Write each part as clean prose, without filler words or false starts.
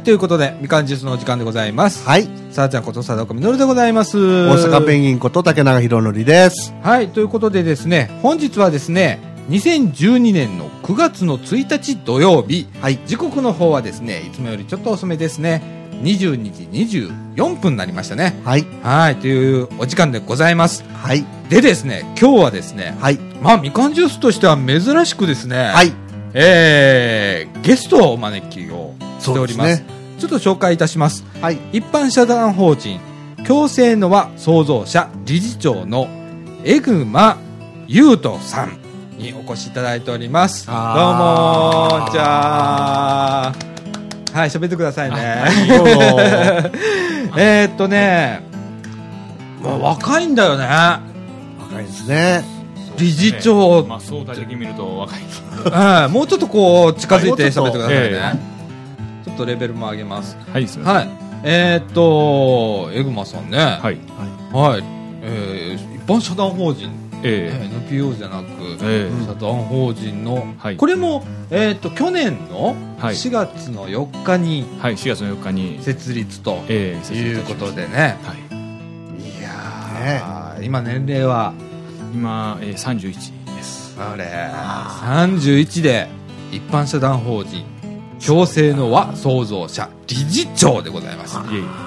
ということでみかんジュースのお時間でございます。 はい。 さあちゃんこと佐岡みのるでございます。 大阪ペンギンこと竹永宏典です。 はい、ということでですね、本日はですね、2012年の9月の1日土曜日、はい、時刻の方はですね、いつもよりちょっと遅めですね、22時24分になりましたね。はい。はい、というお時間でございます。はい。でですね、今日はですね、はい。まあ、みかんジュースとしては珍しくですね、はい。ゲストをお招きをしております。そうですね。ちょっと紹介いたします。はい。一般社団法人、共生の輪創造者理事長の江熊優斗さんにお越しいただいております。どうもー、じゃあ、はい、喋ってくださいね。どうぞ。もう若いんだよね。 若いですね。 理事長。 まあ、相対的に見ると若い。 もうちょっとこう、近づいて喋ってくださいね。ちょっとレベルも上げます。 はい、すみません。 はい。江熊さんね。はい。はい。一般社団法人。NPO じゃなく、社団法人の、これも、去年の4月の4日に、 はい、4月の4日に設立ということでね。はい。いやー、今年齢は今、31です。 あれ、31で一般社団法人共生の輪創造者理事長でございます。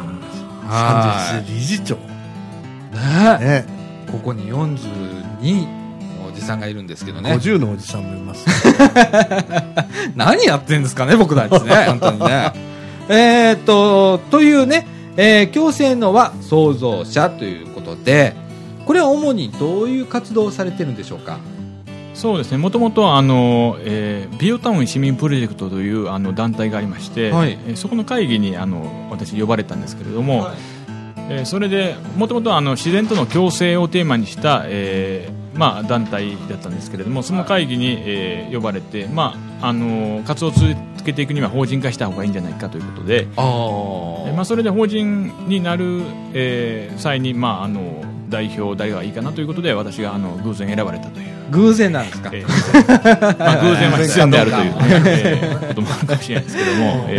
31理事長ね。ここに42のおじさんがいるんですけどね。 50のおじさんもいます。 何やってんですかね、僕たちね、本当にね。というね、共生の輪創造者ということで、これは主にどういう活動をされてるんでしょうか。 そうですね、もともとビオタウン市民プロジェクトという団体がありまして、はい、そこの会議に私呼ばれたんですけれども、はい、それでもともと自然との共生をテーマにした、まあ、団体だったんですけれども、その会議に、呼ばれて、まあ、活動を続けていくには法人化した方がいいんじゃないかということで、まあ、それで法人になる、際に、まあ、代表誰がいいかなということで私が偶然選ばれたという。 偶然なんですか。 まあ、偶然は必然であるという、こともあるかもしれないですけど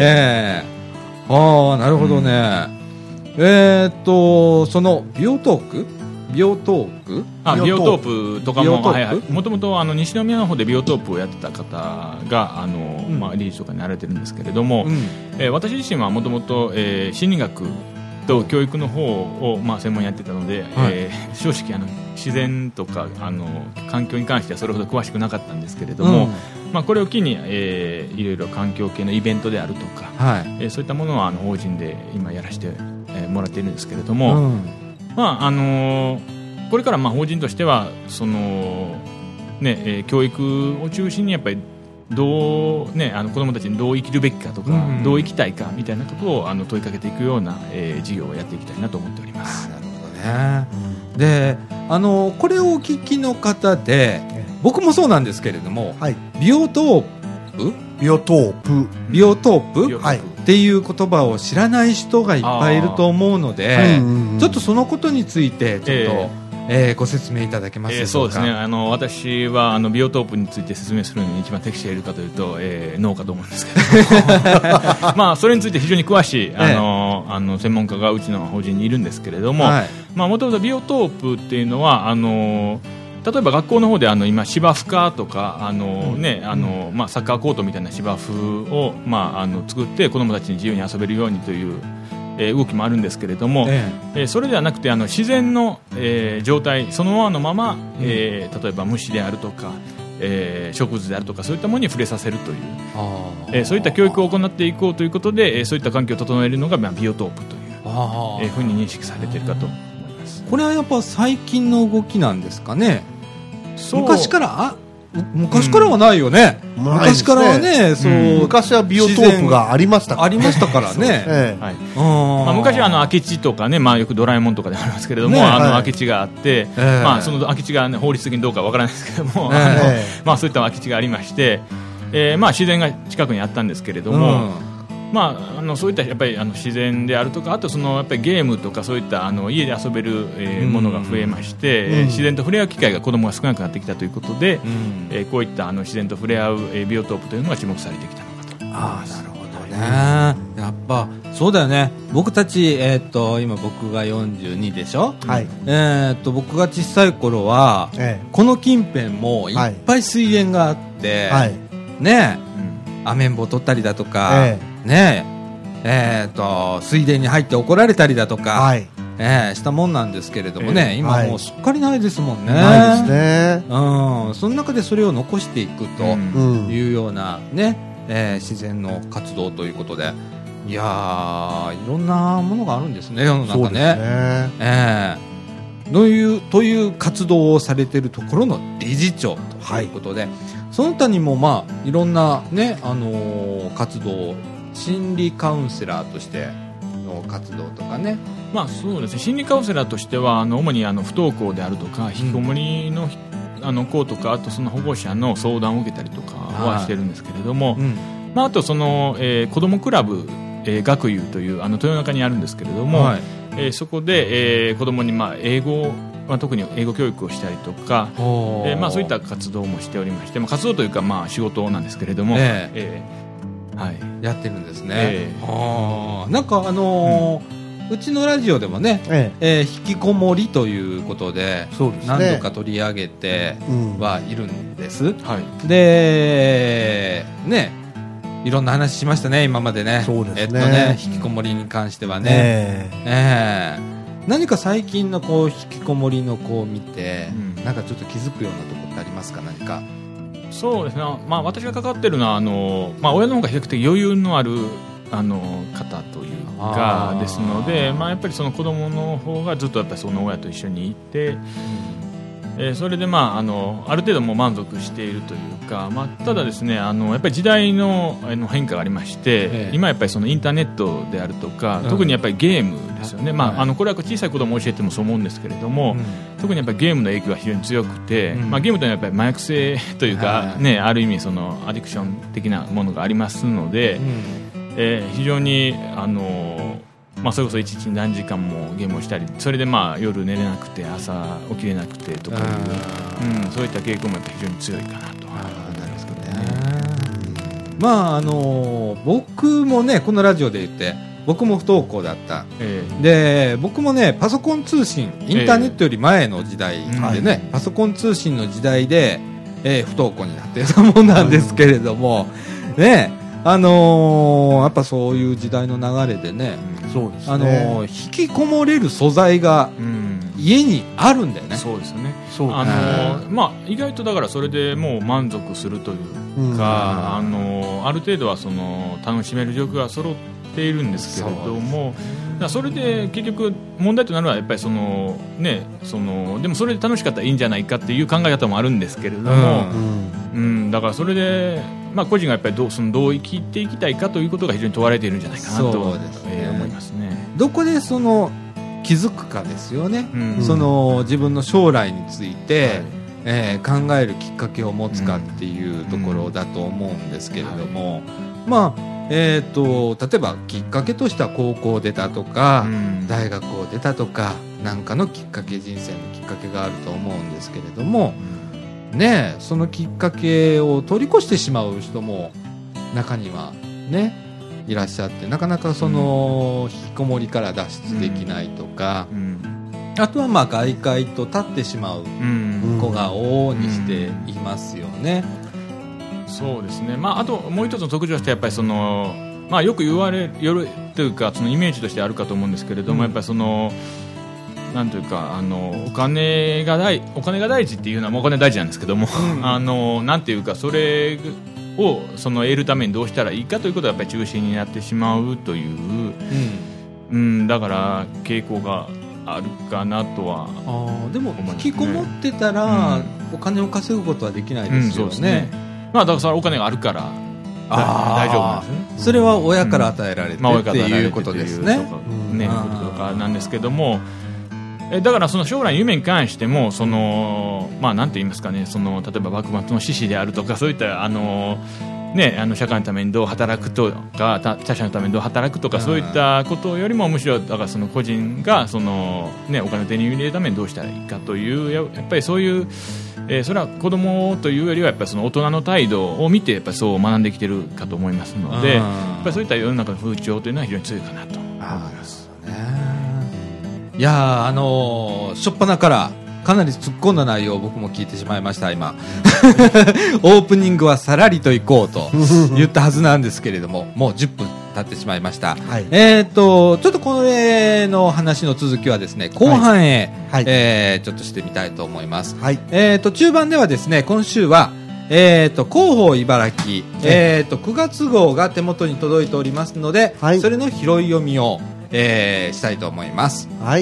も、なるほどね。そのビオトークビオトープとかももともと西宮の方でビオトープをやってた方がまあ、理事とかになられてるんですけれども、私自身はもともと心理学と教育の方を、まあ、専門にやってたので、はい、正直自然とか環境に関してはそれほど詳しくなかったんですけれども、まあ、これを機に、いろいろ環境系のイベントであるとか、はい、そういったものは法人で今やらせて、もらっているんですけれども、まあこれからまあ法人としてはその、ね、教育を中心にやっぱりどう、ね、子どもたちにどう生きるべきかとか、どう生きたいかみたいなことを問いかけていくような、事業をやっていきたいなと思っております。 なるほどね。でこれをお聞きの方で、僕もそうなんですけれども、はい、ビオトープっていう言葉を知らない人がいっぱいいると思うので、ちょっとそのことについてちょっと、ご説明いただけますでしょうか。 そうですね、私はビオトープについて説明するのに一番適しているかというと、ノーかと思うんですけどまあそれについて非常に詳しい専門家がうちの法人にいるんですけれども、もともとビオトープっていうのは例えば学校の方で今芝生科とかまあ、サッカーコートみたいな芝生を、まあ、作って子どもたちに自由に遊べるようにという動きもあるんですけれども、それではなくて自然の、状態そのままのまま、例えば虫であるとか、植物であるとかそういったものに触れさせるという、そういった教育を行っていこうということで、そういった環境を整えるのが、ビオトープというふうに認識されているかと思います。 これはやっぱ最近の動きなんですかね。昔からはないよね。昔からはね、 昔はビオトープがありましたからね。 まあ、昔は空き地とかね、まあ、よくドラえもんとかでありますけれども、空き地があって、まあ、その空き地が、ね、法律的にどうかわからないですけども、まあ、そういった空き地がありまして、まあ、自然が近くにあったんですけれども、まあ、そういったやっぱり自然であるとか、あとやっぱりゲームとかそういった家で遊べる、ものが増えまして、自然と触れ合う機会が子どもが少なくなってきたということで、こういった自然と触れ合う、ビオトープというのが注目されてきたのかと思います。 なるほどね。 やっぱそうだよね。僕たち、今僕が42でしょ、 はい。 僕が小さい頃は、この近辺もいっぱい水源があって、 はい。 ねアメンボ取ったりだとか、ね水田に入って怒られたりだとか、 はい。 したもんなんですけれどもね、今もうすっかりないですもんね。 ないですね。 その中でそれを残していくというようなね、自然の活動ということで、いやー、いろんなものがあるんですね、世の中ね。 そうですね。 という活動をされているところの理事長ということで、その他にもいろんなね、活動、心理カウンセラーとしての活動とかね。 そうですね、心理カウンセラーとしては主に不登校であるとか引きこもりの、子とか、あとその保護者の相談を受けたりとかはしてるんですけれども、あとその、子どもクラブ、学友という豊中にあるんですけれども、そこで、子どもに英語、特に英語教育をしたりとか、そういった活動もしておりまして、活動というか仕事なんですけれども、 やってるんですね。なんかうちのラジオでもね、引きこもりということで何度か取り上げてはいるんです。でね、いろんな話しましたね、今までね。 そうですね。 引きこもりに関してはね。何か最近の引きこもりの子を見て、なんかちょっと気づくようなところってありますか、何か。 そうですね、私が関わってるのは親の方が比較的余裕のある方というかですので、やっぱりその子供の方がずっとやっぱりその親と一緒にいて、それである程度もう満足しているというか、ただですね、やっぱり時代の変化がありまして、今やっぱりそのインターネットであるとか、特にやっぱりゲームですよね。これは小さい子供を教えてもそう思うんですけれども、特にやっぱりゲームの影響が非常に強くて、ゲームというのはやっぱり麻薬性というか、ある意味そのアディクション的なものがありますので、非常にそれこそ一日何時間もゲームをしたり、それで夜寝れなくて朝起きれなくてとかいう、そういった傾向もやっぱり非常に強いかなと。 僕もね、このラジオで言って僕も不登校だった、で僕もね、パソコン通信、インターネットより前の時代でね、パソコン通信の時代で、不登校になっていたもんなんですけれども、ね、やっぱそういう時代の流れでね、 そうですね、 引きこもれる素材が家にあるんだよね。 そうですね。意外とだからそれでもう満足するというか、ある程度はその楽しめる状況が揃っているんですけれども、それで結局問題となるのはやっぱりでもそれで楽しかったらいいんじゃないかっていう考え方もあるんですけれども、だからそれで個人がやっぱりどう生きていきたいかということが非常に問われているんじゃないかなと思いますね。 どこで気づくかですよね。自分の将来について、考えるきっかけを持つかっていうところだと思うんですけれども、例えばきっかけとしては高校を出たとか、大学を出たとか、なんかのきっかけ、人生のきっかけがあると思うんですけれども、ね、そのきっかけを通り越してしまう人も中にはねいらっしゃって、なかなか引きこもりから脱出できないとか、あとは外界と立ってしまう子が往々にしていますよね。 そうですね。あともう一つの特徴としてやっぱりよく言われるというか、そのイメージとしてあるかと思うんですけれども、やっぱりなんというかお金が大事っていうのはお金大事なんですけども、なんていうか、それを得るためにどうしたらいいかということがやっぱり中心になってしまうという、だから傾向があるかなとは。 でも引きこもってたら、お金を稼ぐことはできないですよね。 だからそれはお金があるから大丈夫なんですね。 それは親から与えられてっていうことですね。 こととかなんですけども、だからその将来の夢に関してもなんて言いますかね、例えば幕末の志士であるとか、そういった社会のためにどう働くとか、他者のためにどう働くとか、そういったことよりもむしろだから個人がお金を手に入れるためにどうしたらいいかという、やっぱりそういうそれは子供というよりはやっぱりその大人の態度を見てやっぱりそう学んできてるかと思いますので、やっぱりそういった世の中の風潮というのは非常に強いかなと思います。 いや初っ端からかなり突っ込んだ内容を僕も聞いてしまいました今オープニングはさらりと行こうと言ったはずなんですけれどももう10分経ってしまいました、はい、ちょっとこれの話の続きはですね後半へ、はいちょっとしてみたいと思います、はい、中盤ではですね今週は広報茨城、9月号が手元に届いておりますので、はい、それの拾い読みを、したいと思います。はい。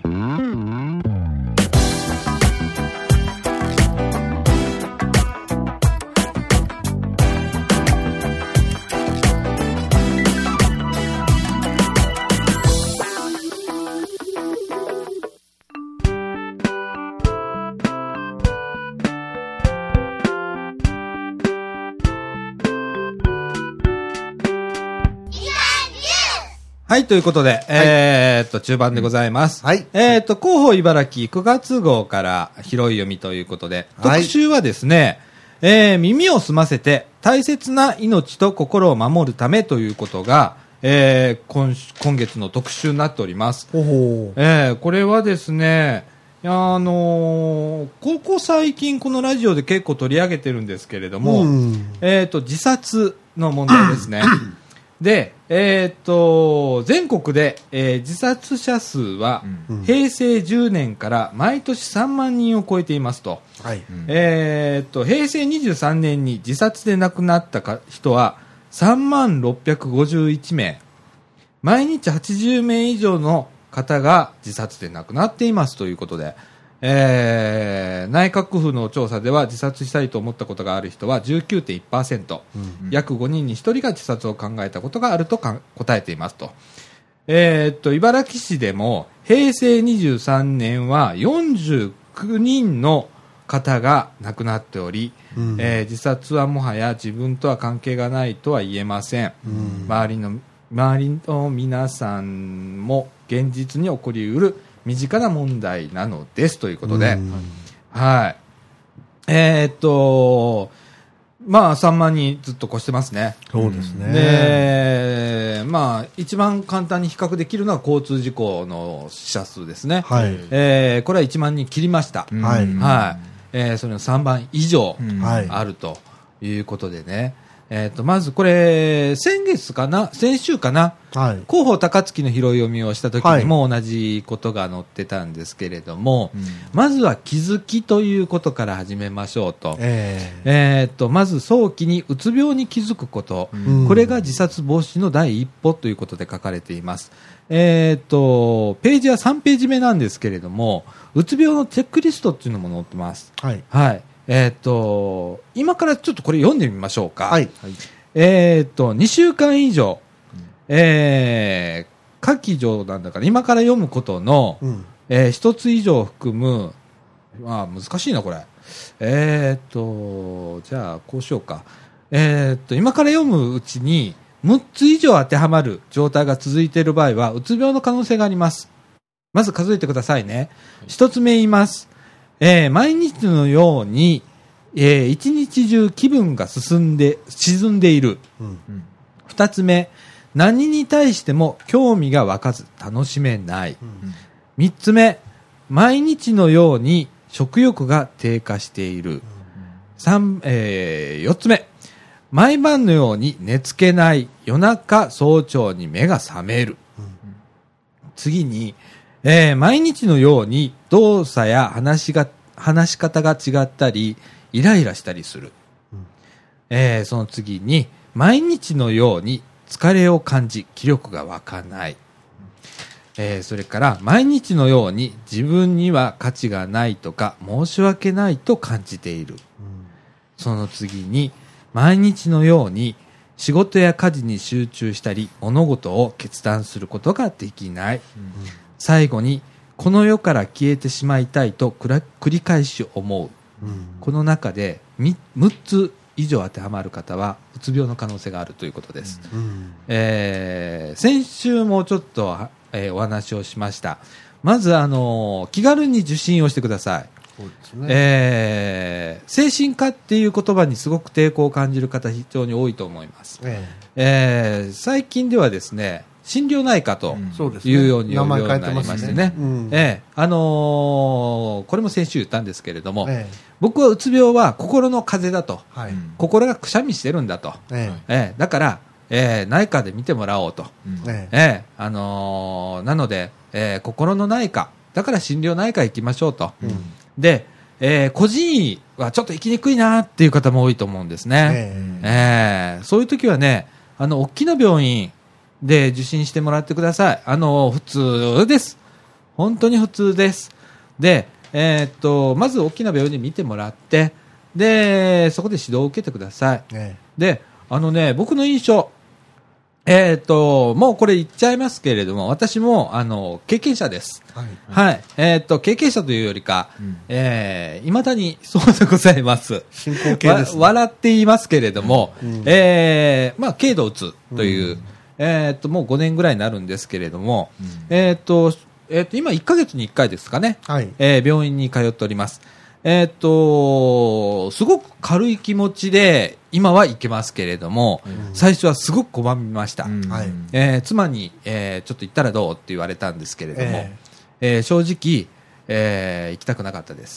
はい、ということで、はい、中盤でございます。はい。広報茨城9月号から拾い読みということで、はい、特集はですね、耳を澄ませて大切な命と心を守るためということが、今月の特集になっております。これはですね、ここ最近このラジオで結構取り上げてるんですけれども、自殺の問題ですね。で、全国で、自殺者数は、平成10年から毎年3万人を超えていますと。はい、平成23年に自殺で亡くなった人は3万651名。毎日80名以上の方が自殺で亡くなっていますということで、内閣府の調査では自殺したいと思ったことがある人は 19.1%、約5人に1人が自殺を考えたことがあると答えていますと。茨城市でも平成23年は49人の方が亡くなっており、自殺はもはや自分とは関係がないとは言えません。周りの皆さんも現実に起こりうる身近な問題なのですということで、はい。まあ3万人ずっと越してますね。 そうですね。 で、まあ一番簡単に比較できるのは交通事故の死者数ですね。はい。これは1万人切りました。はい。はい。それの3番以上あるということでね。まずこれ先週かな、はい、広報高槻の拾い読みをした時にも同じことが載ってたんですけれども、まずは気づきということから始めましょうと、まず早期にうつ病に気づくこと、これが自殺防止の第一歩ということで書かれています。ページは3ページ目なんですけれども、うつ病のチェックリストっていうのも載ってます。はい、はい。今からちょっとこれ読んでみましょうか。はい。2週間以上、下記上なんだから今から読むことの、一つ以上含む、まあ難しいなこれ。じゃあこうしようか。今から読むうちに6つ以上当てはまる状態が続いている場合はうつ病の可能性があります。まず数えてくださいね。一つ目言います。毎日のように、一日中気分が沈んでいる。二つ目、何に対しても興味が湧かず楽しめない。三つ目、毎日のように食欲が低下している。四つ目、毎晩のように寝つけない。夜中早朝に目が覚める。次に、毎日のように動作や話し方が違ったりイライラしたりする、その次に毎日のように疲れを感じ気力が湧かない、それから毎日のように自分には価値がないとか申し訳ないと感じている、その次に毎日のように仕事や家事に集中したり物事を決断することができない、最後にこの世から消えてしまいたいと繰り返し思う、この中で6つ以上当てはまる方はうつ病の可能性があるということです、先週もちょっと、お話をしました。まず気軽に受診をしてください。 そうですね。 精神科っていう言葉にすごく抵抗を感じる方非常に多いと思います。最近ではですね、心療内科というように呼ぶようになりましてね。これも先週言ったんですけれども、僕はうつ病は心の風邪だと、心がくしゃみしてるんだと、だから、内科で見てもらおうと、なので、心の内科だから心療内科行きましょうと、で、個人医はちょっと行きにくいなっていう方も多いと思うんですね。そういう時はね、大きな病院で受診してもらってください。普通です。本当に普通です。で、まず大きな病院で見てもらって、で、そこで指導を受けてください。で、僕の印象、もうこれ言っちゃいますけれども、私も、経験者です。はい。経験者というよりか、未だにそうでございます。 進行形です、ね。 笑って言いますけれども、軽度うつという、もう5年ぐらいになるんですけれども、今1ヶ月に1回ですかね、病院に通っております。すごく軽い気持ちで今は行けますけれども、最初はすごく拒みました。妻に、ちょっと行ったらどうって言われたんですけれども、正直、行きたくなかったです。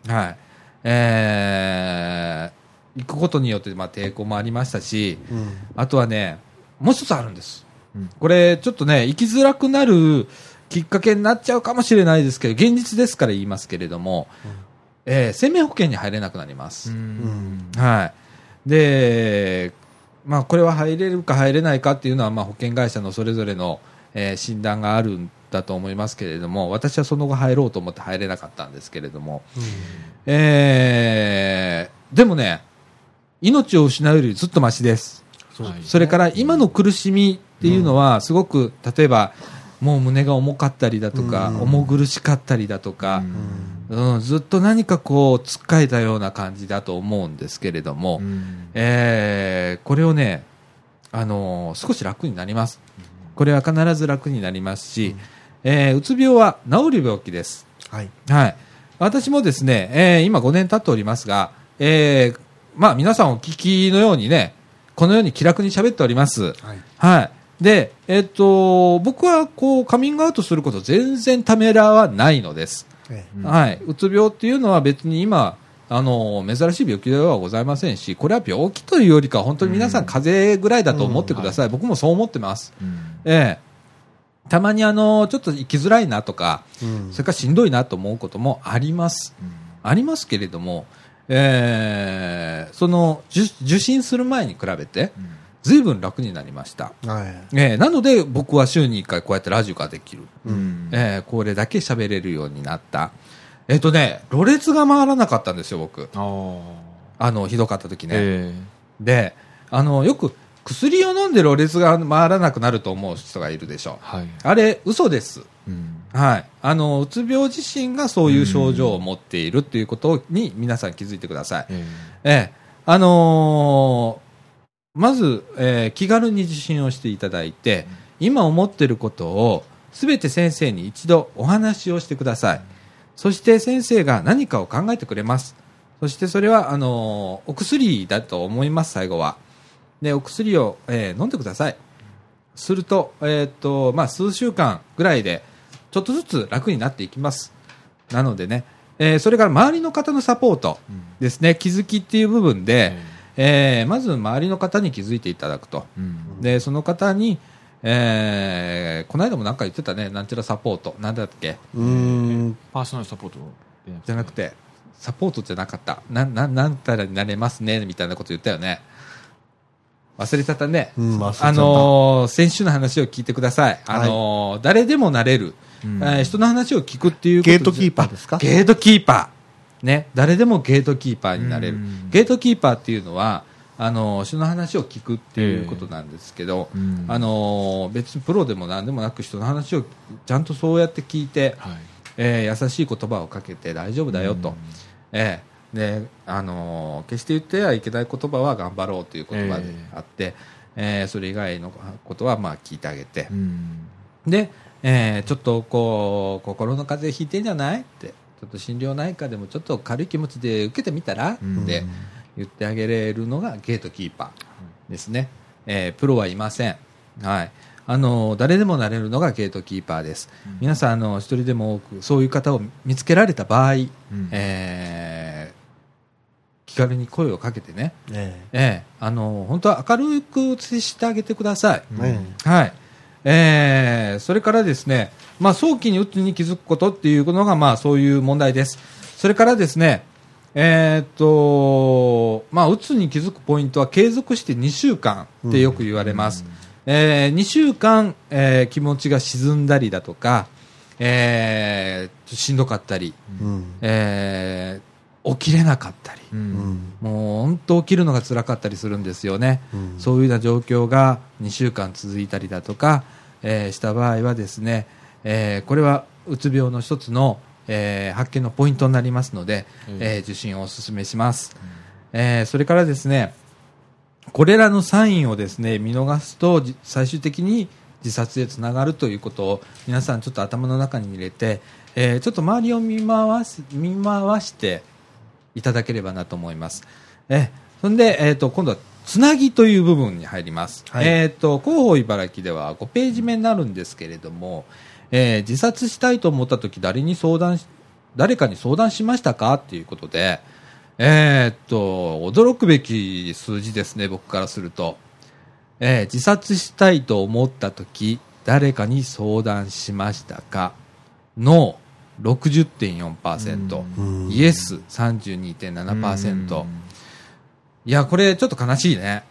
行くことによって、抵抗もありましたし、あとはね、もう一つあるんです。これちょっとね、生きづらくなるきっかけになっちゃうかもしれないですけど、現実ですから言いますけれども、生命保険に入れなくなります。で、これは入れるか入れないかっていうのは、保険会社のそれぞれの、診断があるんだと思いますけれども、私はその後入ろうと思って入れなかったんですけれども、でもね、命を失うよりずっとマシです。それから今の苦しみっていうのはすごく、例えばもう胸が重かったりだとか、重苦しかったりだとか、ずっと何かこうつっかえたような感じだと思うんですけれども、これをね、少し楽になります。これは必ず楽になりますし、うつ病は治る病気です。私もですね、今5年経っておりますが、皆さんお聞きのようにね、このように気楽に喋っております。で、僕はこうカミングアウトすること全然ためらはないのです。うつ病っていうのは別に今珍しい病気ではございませんし、これは病気というよりか本当に皆さん風邪ぐらいだと思ってください。僕もそう思ってます。たまにちょっと生きづらいなとか、それからしんどいなと思うこともあります。ありますけれども、その受診する前に比べてずいぶん楽になりました。なので僕は週に1回こうやってラジオができる。これだけ喋れるようになった。ろれつが回らなかったんですよ、僕。ひどかった時ね。で、よく薬を飲んでろれつが回らなくなると思う人がいるでしょう。あれ、嘘です。うつ病自身がそういう症状を持っているっていうことに皆さん気づいてください。まず、気軽に受診をしていただいて、今思っていることをすべて先生に一度お話をしてください。そして先生が何かを考えてくれます。そしてそれはお薬だと思います。最後はでお薬を、飲んでください。すると、数週間ぐらいでちょっとずつ楽になっていきます。なのでね、それから周りの方のサポートですね、気づきっていう部分で、まず周りの方に気づいていただくと、でその方に、この間も何か言ってたね、なんちゃらサポート、なんだっけ、 パーソナルサポートじゃなくて、サポートじゃなかった、なんたらになれますねみたいなこと言ったよね。忘れちゃったね。先週の話を聞いてください。誰でもなれる、人の話を聞くっていうこと。 ゲートキーパーですか？ ゲートキーパーね、誰でもゲートキーパーになれる。ゲートキーパーっていうのは人の話を聞くっていうことなんですけど、別にプロでも何でもなく人の話をちゃんとそうやって聞いて、優しい言葉をかけて大丈夫だよと、で決して言ってはいけない言葉は頑張ろうという言葉であって、それ以外のことは聞いてあげて、で、ちょっとこう心の風邪ひいてんじゃないってちょっと心療内科でもちょっと軽い気持ちで受けてみたらって言ってあげれるのがゲートキーパーですね。プロはいません。はい。誰でもなれるのがゲートキーパーです。皆さん、一人でも多くそういう方を見つけられた場合、気軽に声をかけてね、本当は明るく接してあげてください。はい。それからですね、早期にうつに気づくことっていうのが、そういう問題です。それからですね、うつに気づくポイントは継続して2週間ってよく言われます。2週間、気持ちが沈んだりだとか、しんどかったり、起きれなかったり、もう本当起きるのが辛かったりするんですよね。そういうような状況が2週間続いたりだとか、した場合はですね、これはうつ病の一つの、発見のポイントになりますので、受診をお勧めします。それからですね、これらのサインをですね見逃すと最終的に自殺へつながるということを皆さんちょっと頭の中に入れて、ちょっと周りを見回していただければなと思います。そんで、今度はつなぎという部分に入ります。はい、広報茨城では5ページ目になるんですけれども、自殺したいと思ったとき誰かに相談しましたかっていうことで、驚くべき数字ですね、僕からすると。自殺したいと思ったとき誰かに相談しましたかの 60.4%、イエス 32.7%。いや、これちょっと悲しいね。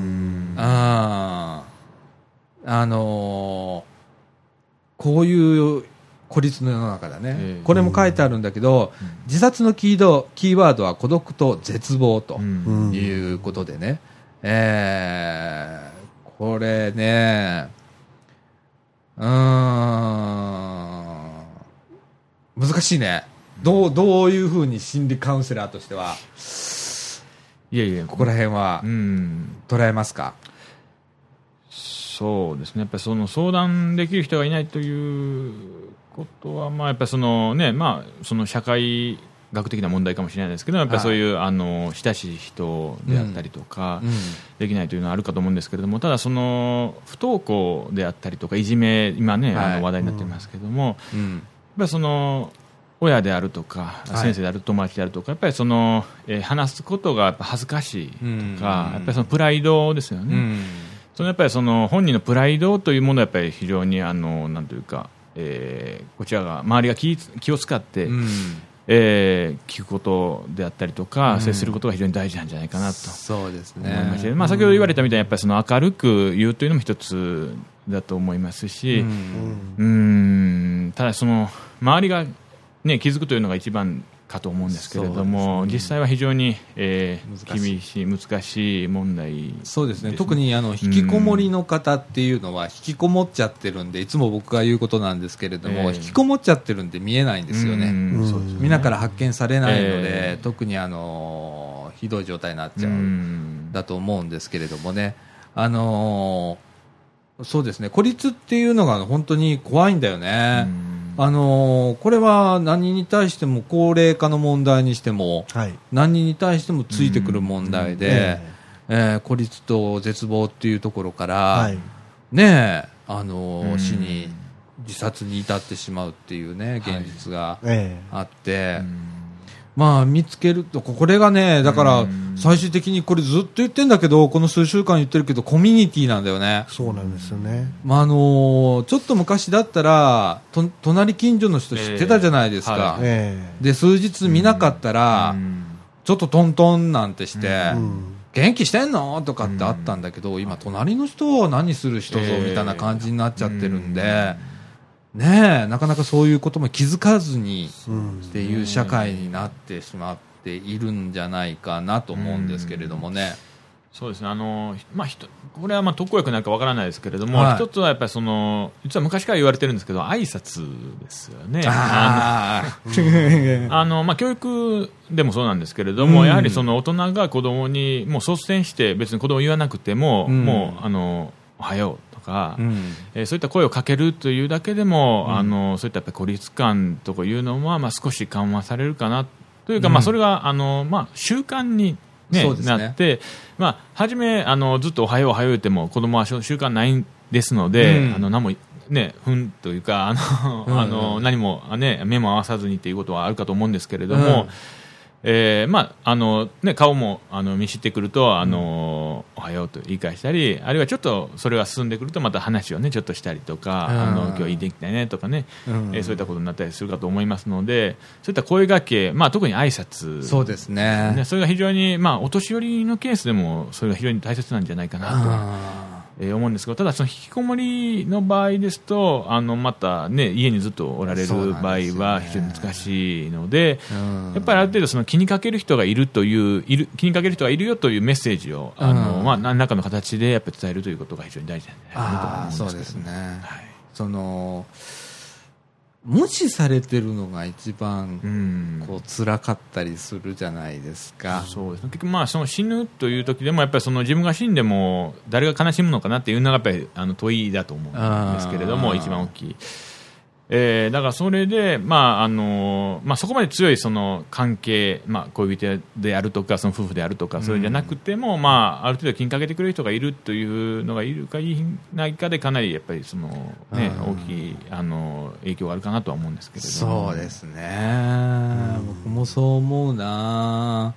こういう孤立の世の中だね。これも書いてあるんだけど、自殺のキーワードは孤独と絶望ということでね。これね、難しいね。どういうふうに心理カウンセラーとしては、ここら辺は捉えますか？ そうですね。やっぱりその相談できる人がいないということは、やっぱりそのね、その社会学的な問題かもしれないですけど、やっぱりそういう、親しい人であったりとか、できないというのはあるかと思うんですけれども、ただその不登校であったりとかいじめ、今ね、話題になってますけども、やっぱりその親であるとか先生である、友達であるとか、やっぱりその、話すことがやっぱ恥ずかしいとか、やっぱりそのプライドですよね。そのやっぱりその本人のプライドというものはやっぱり非常になんというか、こちらが周りが気を使って、聞くことであったりとか、接することが非常に大事なんじゃないかなとそうです思いまして、先ほど言われたみたいにやっぱりその明るく言うというのも一つだと思いますし、ただその周りが、ね、気づくというのが一番かと思うんですけれども、実際は非常に、厳しい難しい問題ですね。 そうですね。特に引きこもりの方っていうのは引きこもっちゃってるんで、いつも僕が言うことなんですけれども、引きこもっちゃってるんで見えないんですよね。みんなから発見されないので、特にひどい状態になっちゃうんだと思うんですけれどもね。そうですね。孤立っていうのが本当に怖いんだよね。これは何に対しても高齢化の問題にしても、何に対してもついてくる問題で、孤立と絶望っていうところから、ね死に自殺に至ってしまうっていうね現実があって、見つけるとこれがね、だから最終的にこれずっと言ってんだけど、この数週間言ってるけどコミュニティなんだよね。 そうなんですよね。 ちょっと昔だったら隣近所の人知ってたじゃないですか。で数日見なかったら、ちょっとトントンなんてして、元気してんのとかってあったんだけど、今隣の人は何する人ぞみたいな感じになっちゃってるんで、なかなかそういうことも気づかずにっていう社会になってしまっているんじゃないかなと思うんですけれどもね。 そうですね。これは特効薬なんかわからないですけれども、一つはやっぱりその実は昔から言われてるんですけど、挨拶ですよね。教育でもそうなんですけれども、やはりその大人が子供にもう率先して別に子供言わなくても、もうおはようとか、そういった声をかけるというだけでも、そういったやっぱり孤立感とかいうのは、少し緩和されるかなというか、それが習慣に、なって、初めずっとおはようおはよう言っても子供は習慣ないですので、何もふんというか何も、目も合わさずにということはあるかと思うんですけれども、顔も見知ってくるとおはようと言い返したり、あるいはちょっとそれが進んでくるとまた話をちょっとしたりとか、今日いい天気だねとかね、そういったことになったりするかと思いますので、そういった声掛け、特に挨拶、 そうですね、 それが非常に、お年寄りのケースでもそれが非常に大切なんじゃないかなと思うんですけど、ただその引きこもりの場合ですとまた、家にずっとおられる場合は非常に難しいので、やっぱりある程度その気にかける人がいるという気にかける人がいるよというメッセージを何らかの形でやっぱり伝えるということが非常に大事なんじゃないかなと思うんですけど、 そうですね、その無視されてるのが一番辛かったりするじゃないですか。 そうですね、結局その死ぬという時でもやっぱりその自分が死んでも誰が悲しむのかなっていうのがやっぱり問いだと思うんですけれども、一番大きい、だからそれで、そこまで強いその関係、恋人であるとかその夫婦であるとかそれじゃなくても、ある程度気にかけてくれる人がいるというのがいるかいないかでかなりやっぱりその、大きい影響があるかなとは思うんですけれども。 そうですね、僕もそう思うな。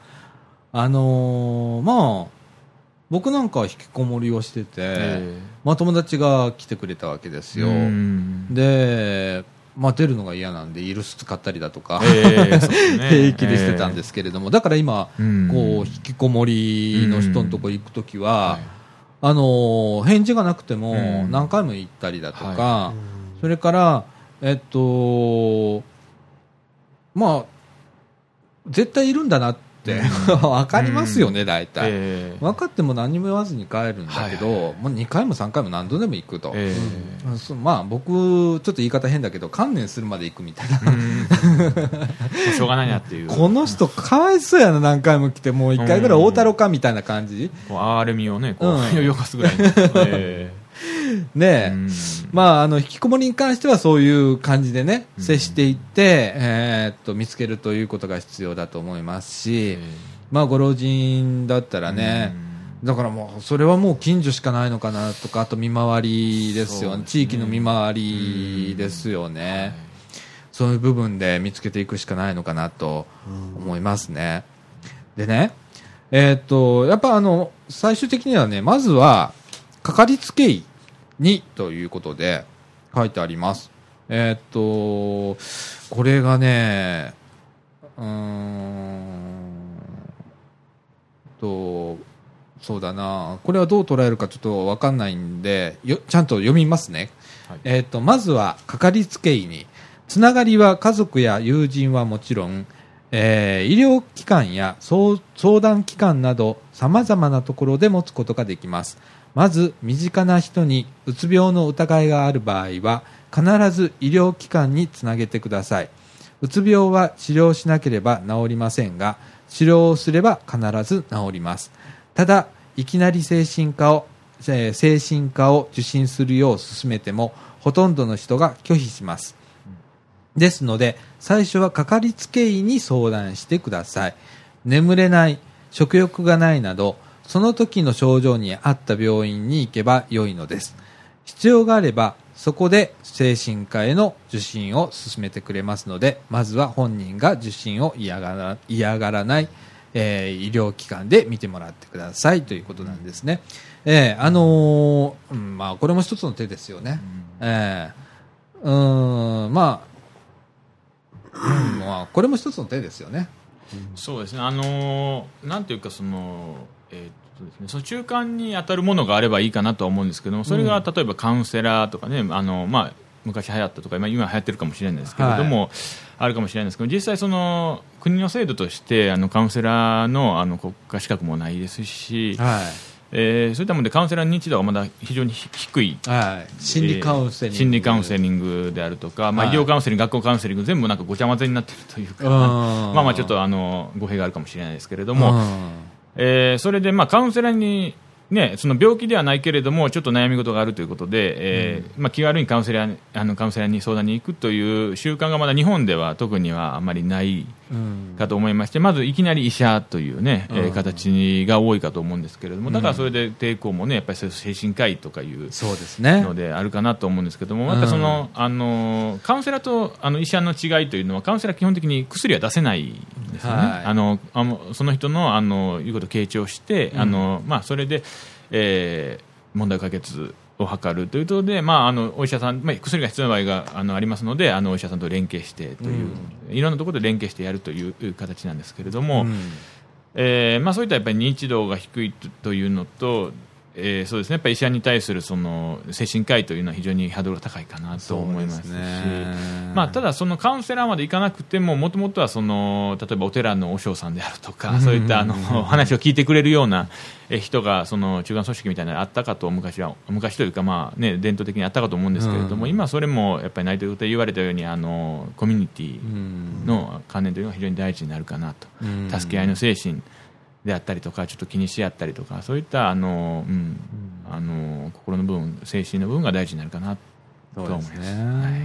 僕なんかは引きこもりをしてて、友達が来てくれたわけですよ。で、出るのが嫌なんでイルス使ったりだとか、平気でしてたんですけれども、だから今、引きこもりの人のとこ行くときは、返事がなくても何回も行ったりだとか、それから絶対いるんだなって分かりますよね、大体、分かっても何も言わずに帰るんだけど、もう2回も3回も何度でも行くと、僕ちょっと言い方変だけど観念するまで行くみたいな、 しょうがないなっていう、 この人かわいそうやな、何回も来てもう1回ぐらい会うたろかみたいな感じ、 哀れみをねよかすぐらいのねえ、引きこもりに関してはそういう感じでね、接していって、見つけるということが必要だと思いますし、ご老人だったらね、だからもうそれはもう近所しかないのかなとか、あと見回りですよね、地域の見回りですよね、そういう部分で見つけていくしかないのかなと思いますね。でね、やっぱ最終的にはね、まずはかかりつけ医にということで書いてあります。これがね、そうだな、これはどう捉えるかちょっと分かんないんでちゃんと読みますね。まずはかかりつけ医に、つながりは家族や友人はもちろん、医療機関や相談機関など様々なところで持つことができます。まず身近な人にうつ病の疑いがある場合は必ず医療機関につなげてください。うつ病は治療しなければ治りませんが、治療をすれば必ず治ります。ただいきなり精神科を受診するよう勧めてもほとんどの人が拒否します。ですので最初はかかりつけ医に相談してください。眠れない、食欲がないなどその時の症状に合った病院に行けば良いのです。必要があればそこで精神科への受診を勧めてくれますので、まずは本人が受診を嫌がらない、医療機関で見てもらってくださいということなんですね。これも一つの手ですよね。これも一つの手ですよね。 そうですね。なんていうかその中間に当たるものがあればいいかなとは思うんですけども、それが例えばカウンセラーとかね、昔流行ったとか今流行ってるかもしれないですけれども、あるかもしれないですけど、実際その国の制度としてカウンセラーの国家資格もないですし、そういったものでカウンセラーの認知度がまだ非常に低い、 心理カウンセリングであるとか、医療カウンセリング、学校カウンセリング全部なんかごちゃ混ぜになっているというか、ちょっと語弊があるかもしれないですけれども、それでカウンセラーにね、その病気ではないけれどもちょっと悩み事があるということで、気軽にカウンセラーに相談に行くという習慣がまだ日本では特にはあまりないかと思いまして、まずいきなり医者という、ね形が多いかと思うんですけれども、だからそれで抵抗も、ね、やっぱり精神科医とかいうのであるかなと思うんですけども、またそのカウンセラーと医者の違いというのは、カウンセラーは基本的に薬は出せないんですよね。その人のいうことを傾聴して、それで問題解決を図るということで、お医者さん、薬が必要な場合がありますので、お医者さんと連携してという、いろんなところで連携してやるという形なんですけれども、そういったやっぱり認知度が低いというのと、そうですね、やっぱり医者に対するその精神科医というのは非常にハードルが高いかなと思いますし、ただそのカウンセラーまで行かなくても、もともとはその例えばお寺の和尚さんであるとか、そういった話を聞いてくれるような人がその中間組織みたいなのがあったかと、昔というか、伝統的にあったかと思うんですけれども、今はそれもやっぱりないということで、言われたようにコミュニティの観念というのが非常に大事になるかなと、助け合いの精神であったりとか、ちょっと気にし合ったりとか、そういった心の部分、精神の部分が大事になるかなと思います。そうですね。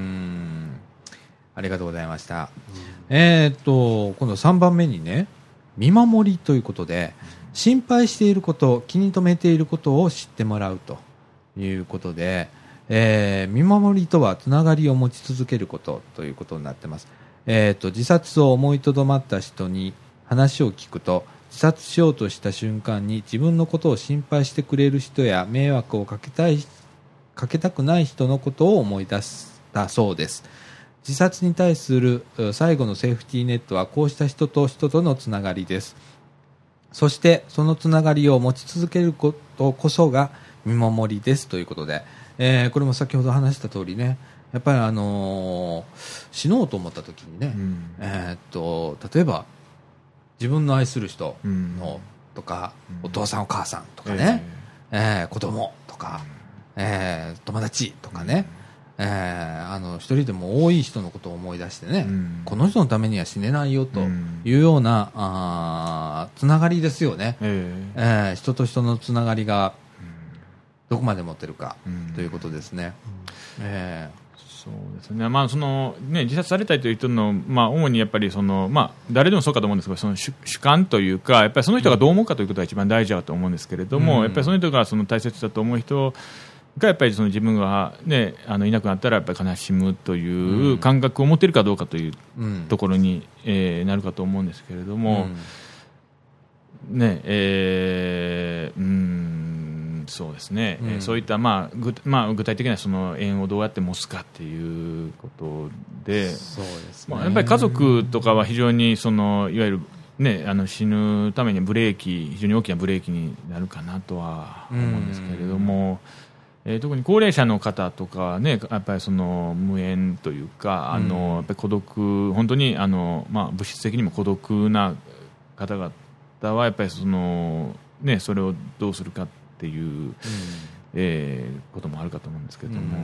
ありがとうございました。今度3番目にね、見守りということで、心配していること、気に留めていることを知ってもらうということで、見守りとはつながりを持ち続けることということになってます。自殺を思いとどまった人に話を聞くと、自殺しようとした瞬間に自分のことを心配してくれる人や迷惑をかけたくない人のことを思い出したそうです。自殺に対する最後のセーフティーネットはこうした人と人とのつながりです。そしてそのつながりを持ち続けることこそが見守りですということで、これも先ほど話した通りね、やっぱり死のうと思った時にね、例えば自分の愛する人のとか、お父さんお母さんとかね、子供とか、友達とかね、一人でも多い人のことを思い出してね、この人のためには死ねないよというようなつながりですよね。人と人のつながりがどこまで持ってるかということですね。 そうですね、自殺されたいという人の、主にやっぱり誰でもそうかと思うんですけど、その主観というか、やっぱりその人がどう思うかということが一番大事だと思うんですけれども、やっぱりその人がその大切だと思う人がやっぱりその自分が、いなくなったらやっぱり悲しむという感覚を持てるかどうかというところに、なるかと思うんですけれども、そうですね、そういった、具体的なその縁をどうやって持つかっていうことで、 そうですね、 やっぱり家族とかは非常にそのいわゆる、死ぬために非常に大きなブレーキになるかなとは思うんですけれども、特に高齢者の方とかは、ね、やっぱりその無縁というか、やっぱり孤独、本当に物質的にも孤独な方々はやっぱりその、それをどうするかっていう、こともあるかと思うんですけども、 なる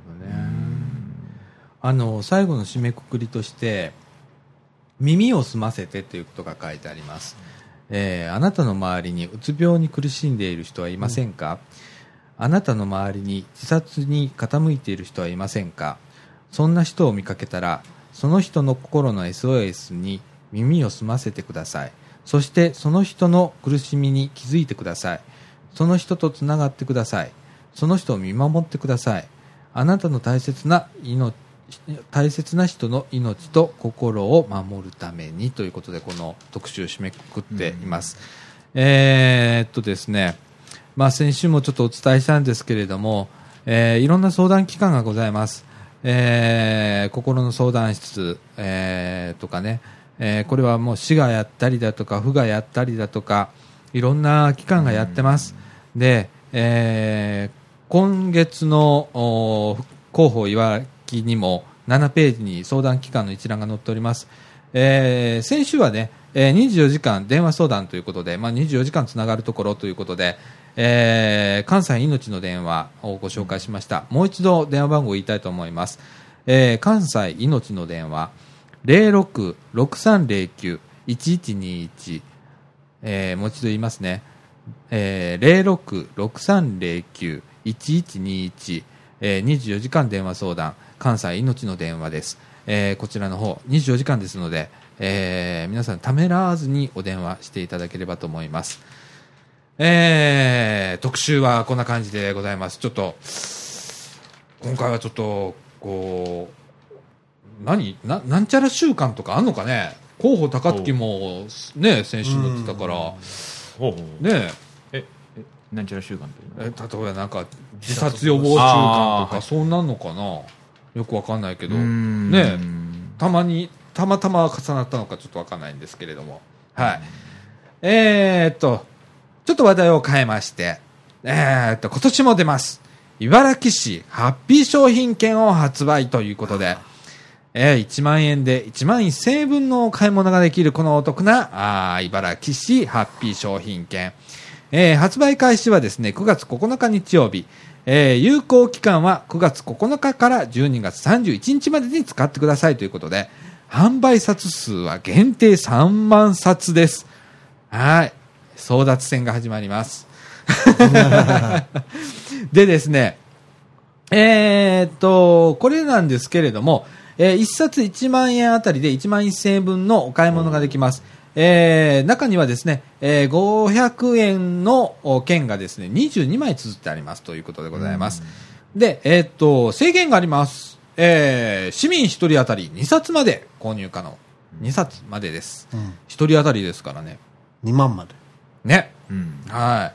ほどね。最後の締めくくりとして耳を澄ませてということが書いてあります。あなたの周りにうつ病に苦しんでいる人はいませんか？あなたの周りに自殺に傾いている人はいませんか？そんな人を見かけたら、その人の心の SOS に耳を澄ませてください。そしてその人の苦しみに気づいてください。その人とつながってください。その人を見守ってください。あなたの大切な人の命と心を守るためにということで、この特集を締めくくっています。ですね、先週もちょっとお伝えしたんですけれども、いろんな相談機関がございます。心の相談室、とかね、これはもう市がやったりだとか府がやったりだとか、いろんな機関がやってます。で、今月の広報いわきにも7ページに相談機関の一覧が載っております。先週はね、24時間電話相談ということで、24時間つながるところということで、関西いのちの電話をご紹介しました。もう一度電話番号を言いたいと思います。関西いのちの電話 06-6309-1121、もう一度言いますね。 0663091121、24時間電話相談、関西命の電話です。こちらの方24時間ですので、皆さんためらわずにお電話していただければと思います。特集はこんな感じでございます。ちょっと今回はちょっとこうなんちゃら週間とかあんのかね。候補高槻もね先週乗ってたからねなんちゃら週間というの例えばなんか自殺予防週間とかそうなんのかな、よくわかんないけどね、たまたま重なったのかちょっとわかんないんですけれども、はい。ちょっと話題を変えまして、今年も出ます。茨城市ハッピー商品券を発売ということで、1万円で1万1000円分の買い物ができるこのお得な茨城市ハッピー商品券。発売開始はですね、9月9日日曜日。有効期間は9月9日から12月31日までに使ってくださいということで、販売冊数は限定3万冊です。はい。争奪戦が始まります。でですね、これなんですけれども、1冊1万円あたりで1万1000円分のお買い物ができます。中にはですね、500円の券がですね、22枚綴ってありますということでございます。で、制限があります。市民1人当たり2冊まで購入可能。2冊までです。1人当たりですからね。 2万まで。 ね。はい。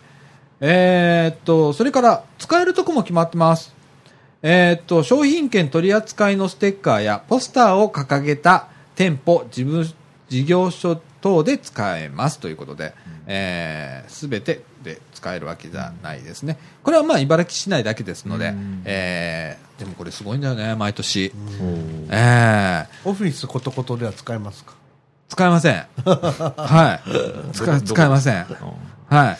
それから使えるとこも決まってます。商品券取り扱いのステッカーやポスターを掲げた店舗、事業所等で使えますということで、すべてで使えるわけじゃないですね。これはまあ茨城市内だけですので、でもこれすごいんだよね、毎年。 オフィスコトコトでは使えますか？ 使えません。はい。使えません。はい。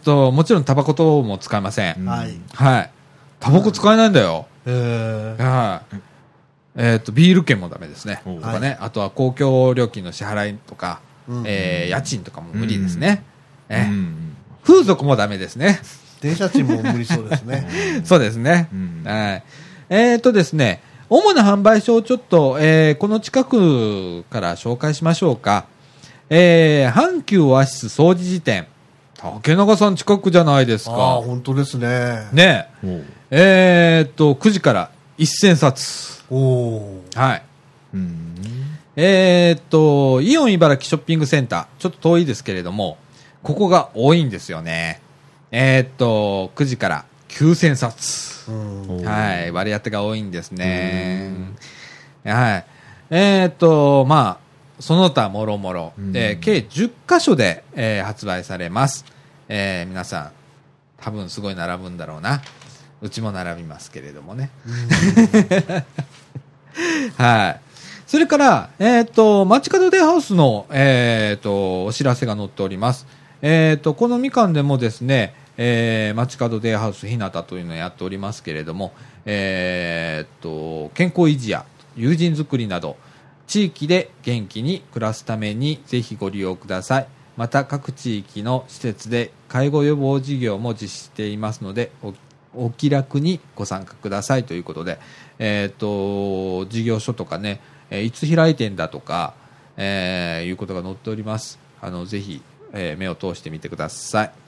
もちろんタバコ等も使えません。はい。はい。タバコ使えないんだよ。はい。ビール券もダメですね。とかね。あとは公共料金の支払いとか、家賃とかも無理ですね。風俗もダメですね。 電車賃も無理そうですね。 そうですね。はい。ですね、主な販売所をちょっと、この近くから紹介しましょうか。阪急オアシス掃除時店。竹中さん近くじゃないですか。 本当ですね。 ね。9時から1000冊。はい。イオン茨城ショッピングセンター。ちょっと遠いですけれども、ここが多いんですよね。9時から9000冊。はい。割り当てが多いんですね。はい。まあ、その他もろもろ、計10カ所で、発売されます。皆さん、多分すごい並ぶんだろうな。うちも並びますけれどもね。はい。それから、街角デイハウスの、お知らせが載っております。このみかんでもですね、街角デイハウスひなたというのをやっておりますけれども、健康維持や友人作りなど、地域で元気に暮らすためにぜひご利用ください。また各地域の施設で介護予防事業も実施していますので、お気楽にご参加くださいということで、事業所とかね、いつ開いてんだとか、いうことが載っております。ぜひ、目を通してみてください。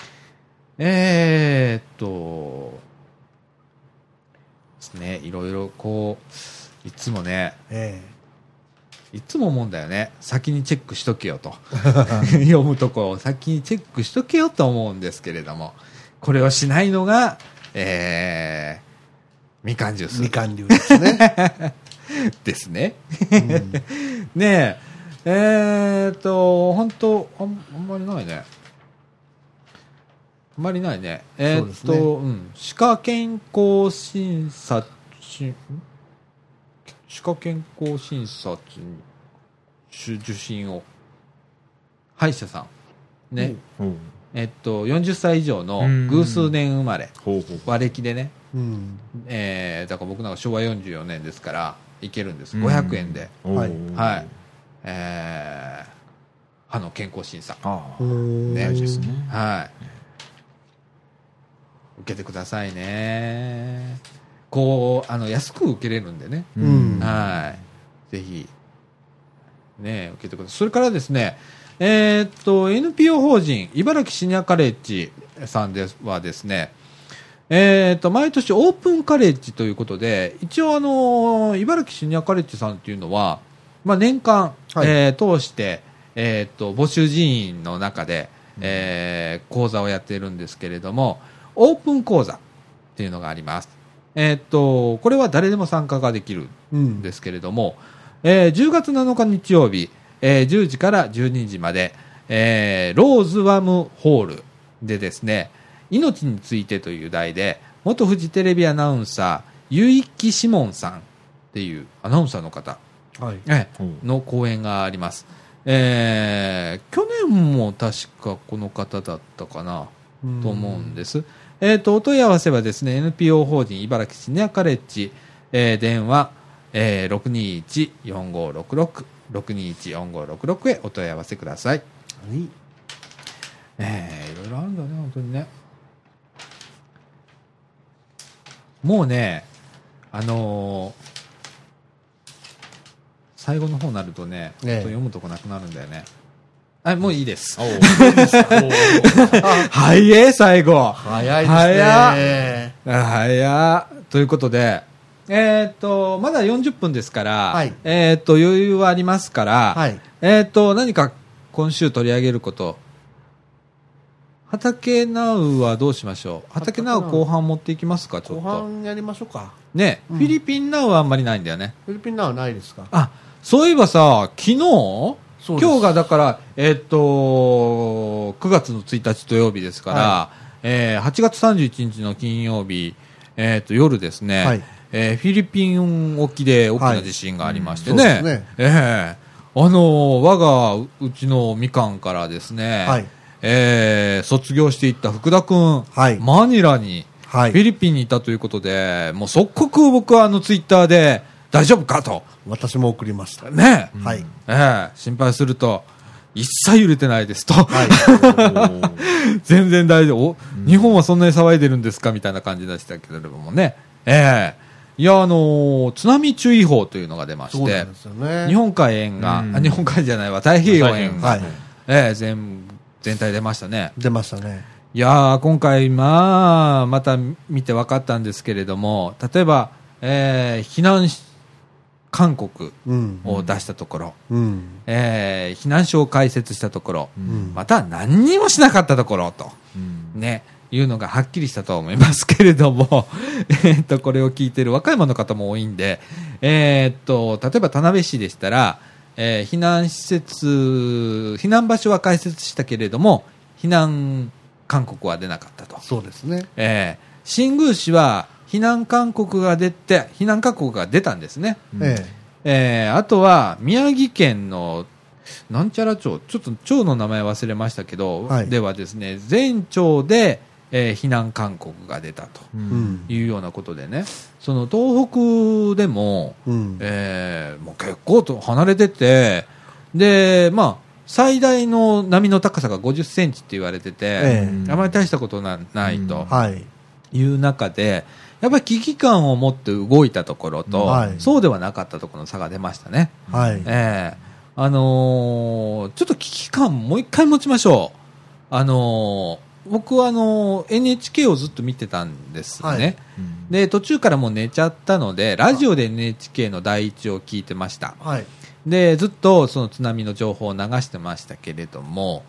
ですね、いろいろこういつもね、いつも思うんだよね。先にチェックしとけよと読むとこを先にチェックしとけよと思うんですけれども、これをしないのが、みかんジュース。 みかん流ですね。 ですね。ねえ、本当あんまりないね。あんまりないね。歯科健康診察、歯科健康診察受診を歯医者さんね、40歳以上の偶数年生まれ和暦でね、だから僕なんか昭和44年ですからいけるんです。500円で、はい、 歯の健康審査。 ね、大事ですね。 はい。受けてくださいね。こう、安く受けれるんでね。はい。ぜひ、ね、受けてください。それからですね、NPO 法人、茨城シニアカレッジさんではですね、毎年オープンカレッジということで、一応茨城シニアカレッジさんっていうのは、まあ、年間、通して、募集人員の中で、講座をやっているんですけれども、オープン講座っていうのがあります。これは誰でも参加ができるんですけれども、10月7日日曜日、10時から12時まで、ローズワムホールでですね、命についてという題で、元フジテレビアナウンサー、結城志門さんっていうアナウンサーの方、の講演があります。去年も確かこの方だったかなと思うんです。お問い合わせはですね、NPO 法人茨城シニアカレッジ、電話、621-4566 621-4566 へお問い合わせください。いろいろあるんだね、本当にね。もうね、最後の方になるとね、読むとこなくなるんだよね。もういいです。早い、最後。 早いですね。 早ということで、まだ40分ですから、余裕はありますから、何か今週取り上げること、畑ナウはどうしましょう。畑ナウ後半持っていきますか、ちょっと。 後半やりましょうか。 ね、フィリピンナウはあんまりないんだよね。 フィリピンナウはないですか。 あ、そういえばさ、昨日今日がだから、9月の1日土曜日ですから、8月31日の金曜日、夜ですね、フィリピン沖で大きな地震がありましてね、我がうちのみかんからですね、卒業していった福田君、マニラに、フィリピンにいたということで、もう即刻僕はツイッターで大丈夫かと。 私も送りましたね。心配すると一切揺れてないですと、全然大丈夫。日本はそんなに騒いでるんですかみたいな感じでしたけれどもね。いや津波注意報というのが出まして、日本海沿岸、日本海じゃないわ、太平洋沿岸、全体出ましたね。 出ましたね。 いや今回また見て分かったんですけれども、例えば、避難勧告を出したところ、避難所を開設したところ、また何にもしなかったところと、ね、いうのがはっきりしたと思いますけれども、これを聞いている和歌山の方も多いんで、例えば田辺市でしたら、避難場所は開設したけれども避難勧告は出なかったと。 そうですね。 新宮市は避難勧告が出たんですね。あとは宮城県のなんちゃら町、ちょっと町の名前忘れましたけど、ではですね、全町で、避難勧告が出たというようなことでね、その東北でも、もう結構と離れてて、で最大の波の高さが50センチって言われてて、あまり大したことないという中で、やっぱり危機感を持って動いたところと、そうではなかったところの差が出ましたね。ちょっと危機感もう一回持ちましょう。僕はNHK をずっと見てたんですね。で途中からもう寝ちゃったので、ラジオで NHK の第一を聞いてました。でずっとその津波の情報を流してましたけれども、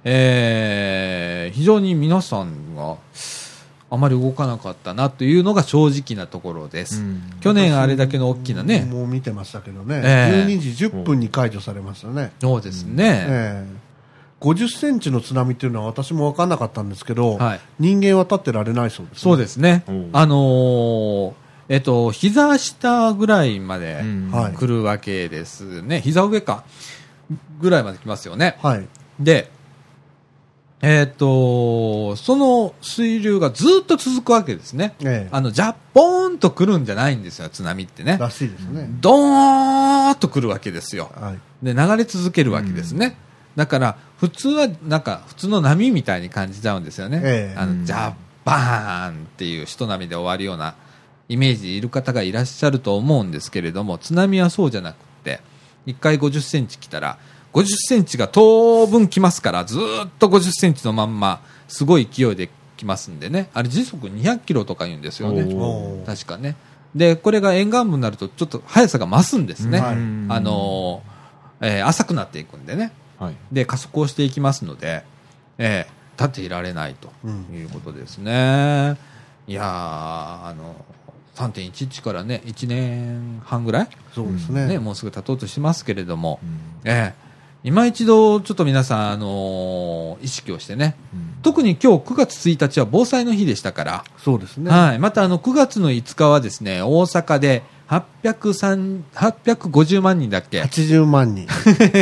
非常に皆さんがあまり動かなかったなというのが正直なところです。去年あれだけの大きなね、 もう見てましたけどね、12時10分に解除されましたね。 そうですね、 50センチの津波っていうのは私も分からなかったんですけど、人間は立ってられないそうですね。 そうですね。膝下ぐらいまで来るわけですね。膝上かぐらいまで来ますよね。でその水流がずっと続くわけですね。ジャッポーンと来るんじゃないんですよ、津波ってね。 らしいですね。 ドーンと来るわけですよ。で流れ続けるわけですね。 だから普通はなんか普通の波みたいに感じちゃうんですよね、ジャッバーンっていう人波で終わるようなイメージでいる方がいらっしゃると思うんですけれども、津波はそうじゃなくて1回50センチ来たら50センチが当分来ますから、ずっと50センチのまんますごい勢いで来ますんでね、あれ時速200キロとか言うんですよね、確かね。でこれが沿岸部になるとちょっと速さが増すんですね、浅くなっていくんでね、で加速をしていきますので、立っていられないということですね。いや3.11 からね1年半ぐらい、 そうですね、 もうすぐ経とうとしてますけれども、今一度ちょっと皆さん、意識をしてね、特に今日9月1日は防災の日でしたから、 そうですね、 また9月の5日はですね、大阪で850万人だっけ、 80万人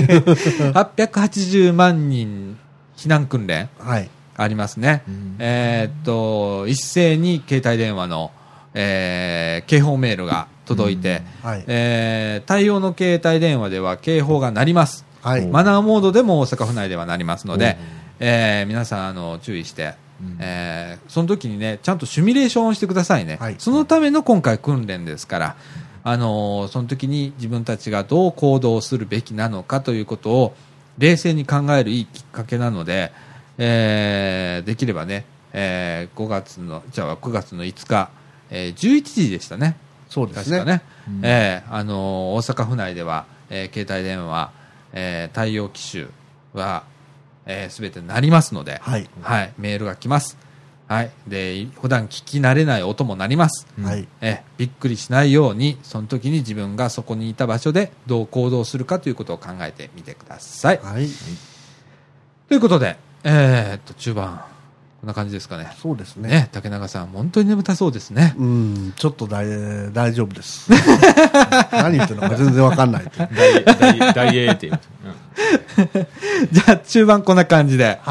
880万人避難訓練、ありますね、一斉に携帯電話の、警報メールが届いて、対応の携帯電話では警報が鳴ります、マナーモードでも大阪府内ではなりますので、皆さん注意して、その時にねちゃんとシミュレーションをしてくださいね、そのための今回訓練ですから、その時に自分たちがどう行動するべきなのかということを冷静に考えるいいきっかけなので、できればね、9月の5日、11時でしたね、 そうですね、 確かね、大阪府内では、携帯電話対応機種はすべて鳴りますので、メールが来ます、で普段聞き慣れない音も鳴ります、びっくりしないようにその時に自分がそこにいた場所でどう行動するかということを考えてみてください、ということで、中盤こんな感じですかね。 そうですね。 竹中さん本当に眠たそうですね。 ちょっと大丈夫です。何言ってるのか全然わかんない。 大英っていう。 じゃあ中盤こんな感じで。 はい。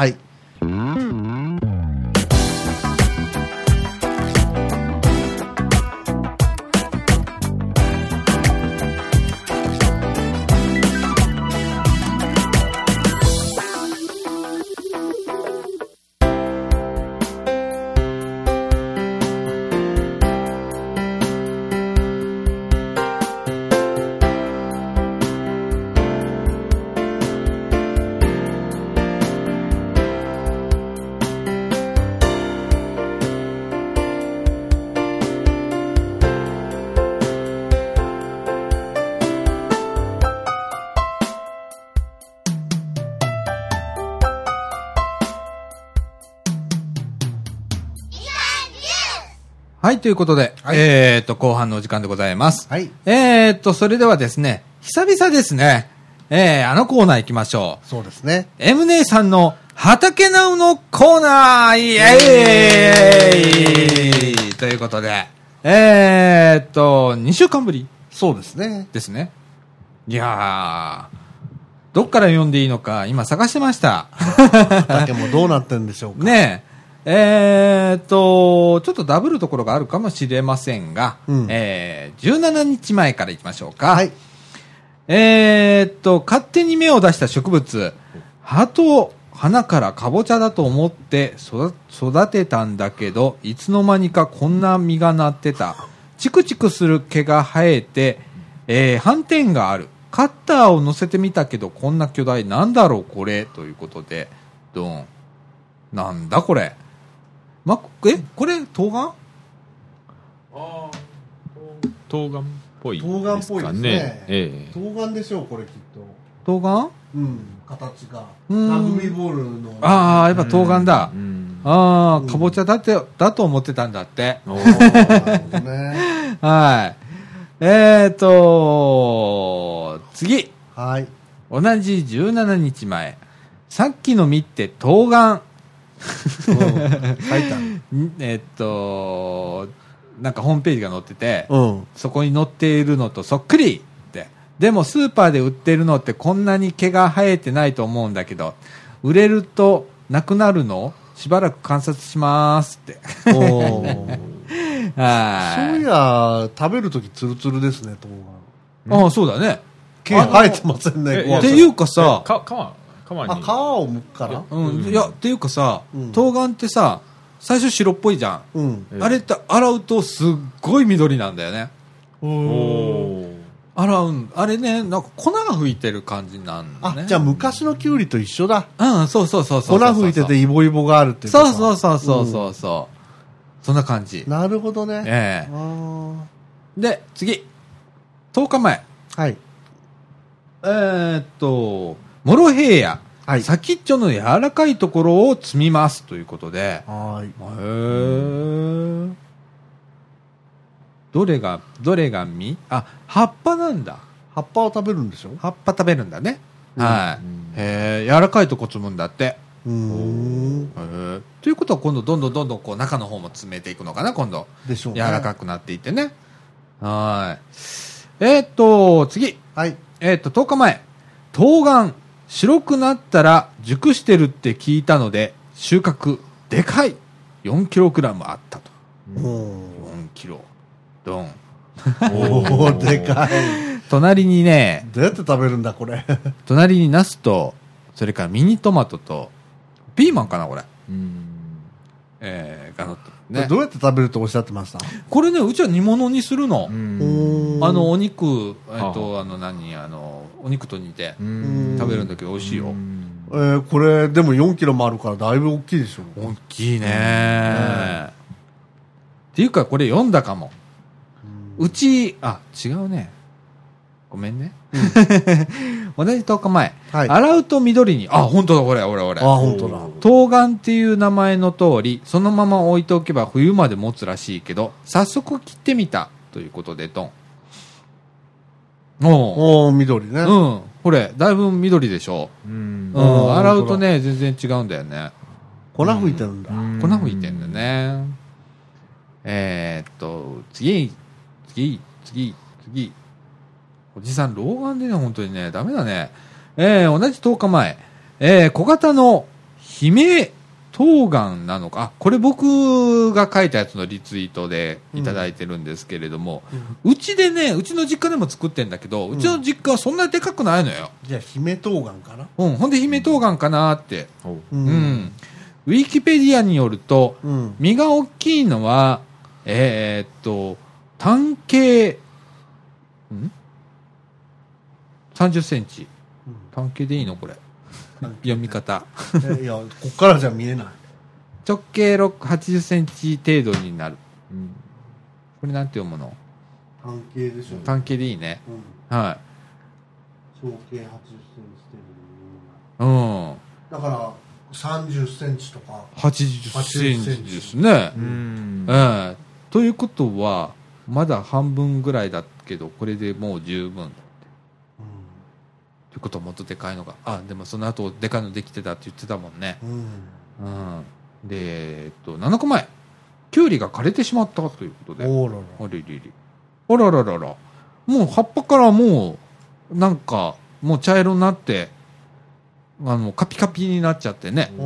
はい、ということで、後半のお時間でございます。 はい。 それではですね、久々ですね、あのコーナー行きましょう。 そうですね。 M 姉さんの畑ナウのコーナーイエーイということで、2週間ぶりそうですね。 ですね。いやー、どっから読んでいいのか今探してました。 畑もどうなってるんでしょうか。 ねえ。ちょっとダブるところがあるかもしれませんが、17日前からいきましょうか。 はい。 勝手に芽を出した植物、花からかぼちゃだと思って育てたんだけど、いつの間にかこんな実がなってた。チクチクする毛が生えて、斑点がある。カッターを乗せてみたけど、こんな巨大なんだろうこれということで、ドン。なんだこれ。これ冬瓜？ 冬瓜っぽいですかね。 冬瓜っぽいですね。冬瓜でしょう、これきっと。 冬瓜？ 形が。ラグビーボールの。 ああ、やっぱ冬瓜だ。ああ、かぼちゃだと思ってたんだって。 なるほどね。 はい。次。 はい。 同じ17日前。さっきの実って冬瓜。 書いてある。 なんかホームページが載ってて、そこに載っているのとそっくりって。でもスーパーで売ってるのってこんなに毛が生えてないと思うんだけど、売れるとなくなるのしばらく観察しますって。 そういや食べるときツルツルですね、冬瓜。ああ、そうだね。 毛生えてませんね。 っていうかさ、 皮皮を剥くからいや、っていうかさ、冬瓜ってさ、最初白っぽいじゃん。あれって洗うとすっごい緑なんだよね。あれね、なんか粉が吹いてる感じなんだね。 じゃあ昔のキュウリと一緒だ。 そう。粉吹いててイボイボがあるっていう。 そう。そんな感じ。 なるほどね。 で、次。10日前。 はい。 モロヘイヤ。先っちょの柔らかいところを摘みますということで。どれが実？葉っぱなんだ。 葉っぱを食べるんでしょ？ 葉っぱ食べるんだね。はい。柔らかいとこ摘むんだって。ということは今度どんどんこう中の方も詰めていくのかな、今度。 でしょうね。 柔らかくなっていってね。はい。次。 はい。 10日前。冬瓜。白くなったら熟してるって聞いたので、収穫。でかい 4kg あったと。4kg。ドン。 でかい。 隣にね。 どうやって食べるんだ、これ。 隣にナスと、それからミニトマトと、ピーマンかな、これ。がのってね。 どうやって食べるとおっしゃってました？ これね、うちは煮物にするの。お肉、お肉と煮て食べるんだけど美味しいよ。 これでも4キロもあるからだいぶ大きいでしょ。 大きいね。っていうかこれ読んだかも。うち、違うね。ごめんね。同じ10日前。洗うと緑に、本当だ、これ。 本当だ。 冬瓜っていう名前の通り、そのまま置いておけば冬まで持つらしいけど、早速切ってみた。ということで、ドン。 緑ね。 これ、だいぶ緑でしょ。洗うとね、全然違うんだよね。 粉吹いてるんだ。 粉吹いてるんだね。次。おじさん、老眼でね、本当にね、ダメだね。同じ10日前。小型の姫冬瓜なのか。これ僕が書いたやつのリツイートでいただいてるんですけれども、うちでね、うちの実家でも作ってんだけど、うちの実家はそんなにでかくないのよ。 じゃあ、姫冬瓜かな？ ほんで姫冬瓜かなって。ウィキペディアによると、実が大きいのは、単径、30センチ。単径でいいのこれ。読み方。 いや、こっからじゃ見えない。 直径80センチ程度になる。これなんて読むの？ 単径でしょ。 単径でいいね。はい。 直径80センチ程度になる。 だから、30センチとか。 80センチですね。ということは、まだ半分ぐらいだけど、これでもう十分。ということはもっとでかいのが。でもその後でかいのできてたって言ってたもんね。で、7日前。キュウリが枯れてしまったということで。あららら。もう葉っぱからもう、なんか、もう茶色になって、カピカピになっちゃってね。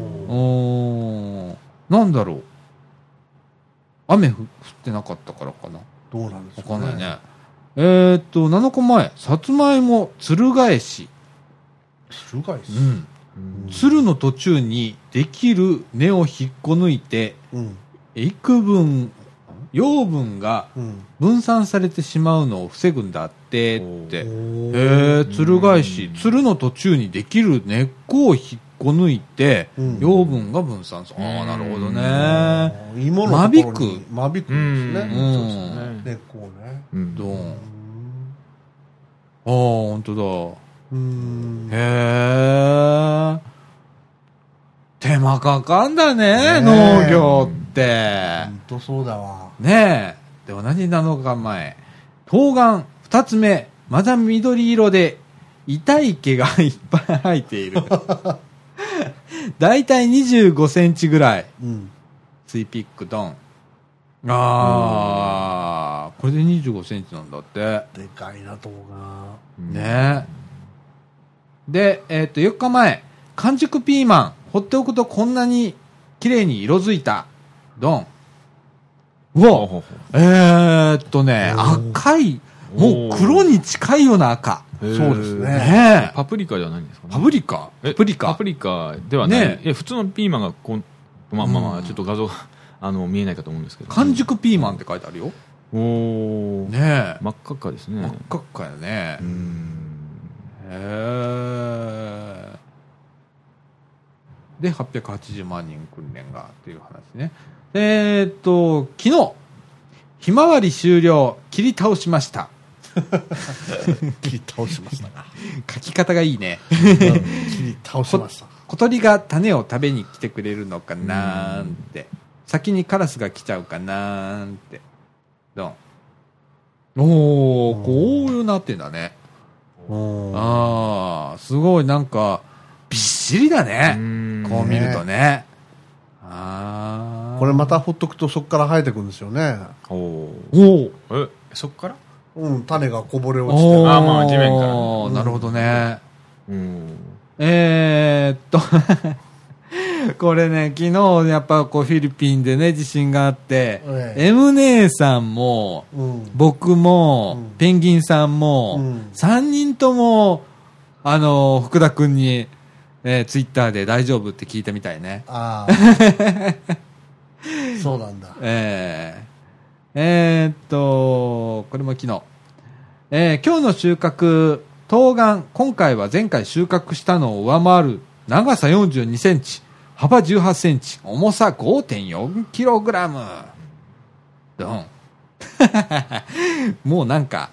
なんだろう。雨降ってなかったからかな。 どうなんですかね。 わかんないね。7日前、さつまいも、つる返し。 つる返し？ つるの途中にできる根を引っこ抜いて、養分が分散されてしまうのを防ぐんだってって。つる返し。つるの途中にできる根っこを引っこ抜いて、養分が分散する。なるほどね。間引く。 間引くんですね。根っこをね。 どん。本当だ。へえ。手間かかんだね、農業って。 本当そうだわ。 ねえ。で、同じ7日前。冬瓜、2つ目。まだ緑色で、痛い毛がいっぱい生えている。だいたい25センチぐらい。ツイピックドン。これで25センチなんだって。 でかいな、冬瓜。 ねえ。で、4日前。完熟ピーマン。放っておくとこんなに綺麗に色づいた。ドン。うわ。赤い、もう黒に近いような赤。 そうですね。 パプリカではないんですかね。 パプリカではない。普通のピーマンがちょっと画像が見えないかと思うんですけど。 完熟ピーマンって書いてあるよ。 おー。 ねえ。 真っ赤っかですね。 真っ赤っかやね。で、880万人訓練がっていう話ね。昨日、ひまわり終了、切り倒しました。 切り倒しました。 書き方がいいね。 切り倒しました。 小鳥が種を食べに来てくれるのかなーんって。先にカラスが来ちゃうかなーんって。どん。こういうなってんだね。すごいなんか、びっしりだね。こう見るとね。 これまたほっとくとそこから生えてくるんですよね。 そこから種がこぼれ落ちて。 まあ地面から。 なるほどね。これね、昨日やっぱフィリピンでね、地震があって、M 姉さんも、僕も、ペンギンさんも、3人とも、福田くんに、ツイッターで大丈夫って聞いたみたいね。 そうなんだ。 これも昨日。今日の収穫、冬瓜、今回は前回収穫したのを上回る長さ42センチ、幅18センチ、重さ 5.4 キログラム。ドン。もうなんか、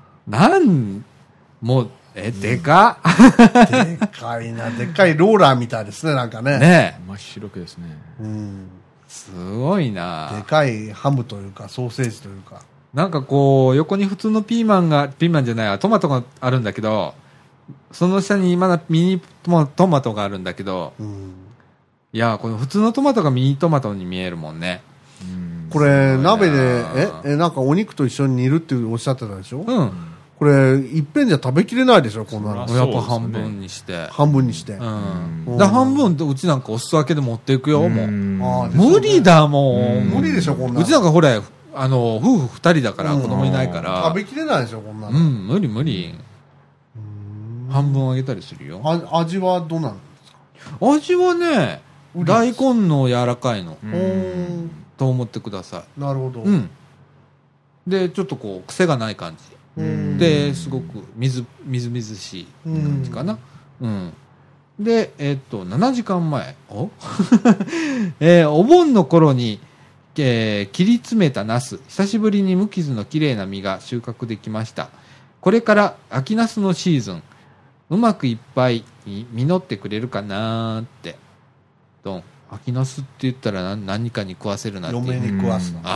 もう、でかでかいな。でかいローラーみたいですね、なんかね。 ね真っ白くですね。 すごいな。 でかいハムというか、ソーセージというか。 なんか横に普通のピーマンじゃないわ、トマトがあるんだけど、その下にまだミニトマトがあるんだけど、いや、この普通のトマトがミニトマトに見えるもんね。 これ、鍋で、なんかお肉と一緒に煮るっておっしゃってたでしょ？これ、いっぺんじゃ食べきれないでしょ、こんなの。 やっぱ半分にして。 半分にして。 半分うちなんかお裾分けで持っていくよ、もう。無理だもん。 無理でしょ、こんなの。 うちなんかほら、夫婦二人だから子供いないから。 食べきれないでしょ、こんなの。 無理。半分あげたりするよ。 味はどうなんですか？ 味はね、大根の柔らかいの。と思ってください。なるほど。 で、ちょっと癖がない感じ。で、すごくみずみずしい感じかな。で、7時間前。お盆の頃に、切り詰めたナス。久しぶりに無傷の綺麗な実が収穫できました。これから秋ナスのシーズン。うまくいっぱい実ってくれるかなーって。ドン。秋ナスって言ったら何かに食わせるなっていう。 嫁に食わすな。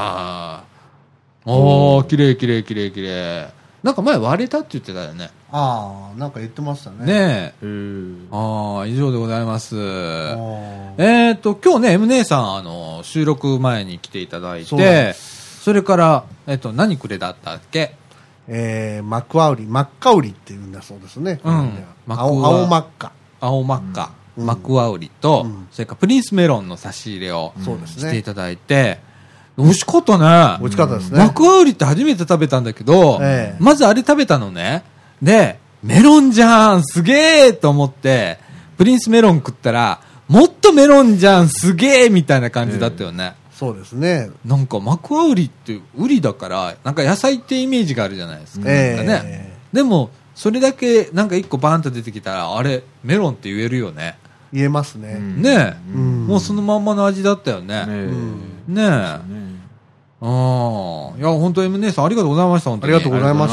綺麗。なんか前割れたって言ってたよね。 なんか言ってましたね。 ねえ。以上でございます。今日ね、M 姉さん、収録前に来ていただいて、それから、何くれだったっけ？ 真っ赤売りって言うんだそうですね。青真っ赤。 マクワウリと、それからプリンスメロンの差し入れをしていただいて、美味しかったね。 美味しかったですね。 マクワウリって初めて食べたんだけど、まずあれ食べたのね。で、メロンじゃんすげえと思って、プリンスメロン食ったら、もっとメロンじゃんすげえみたいな感じだったよね。 そうですね。 なんかマクワウリってウリだから、なんか野菜ってイメージがあるじゃないですか。なんかね。でも、それだけなんか一個バーンと出てきたら、あれ、メロンって言えるよね。 言えますね。 ねえ。もうそのまんまの味だったよね。ねえ。いや、本当 M 姉さんありがとうございました。本当にありがとうございました。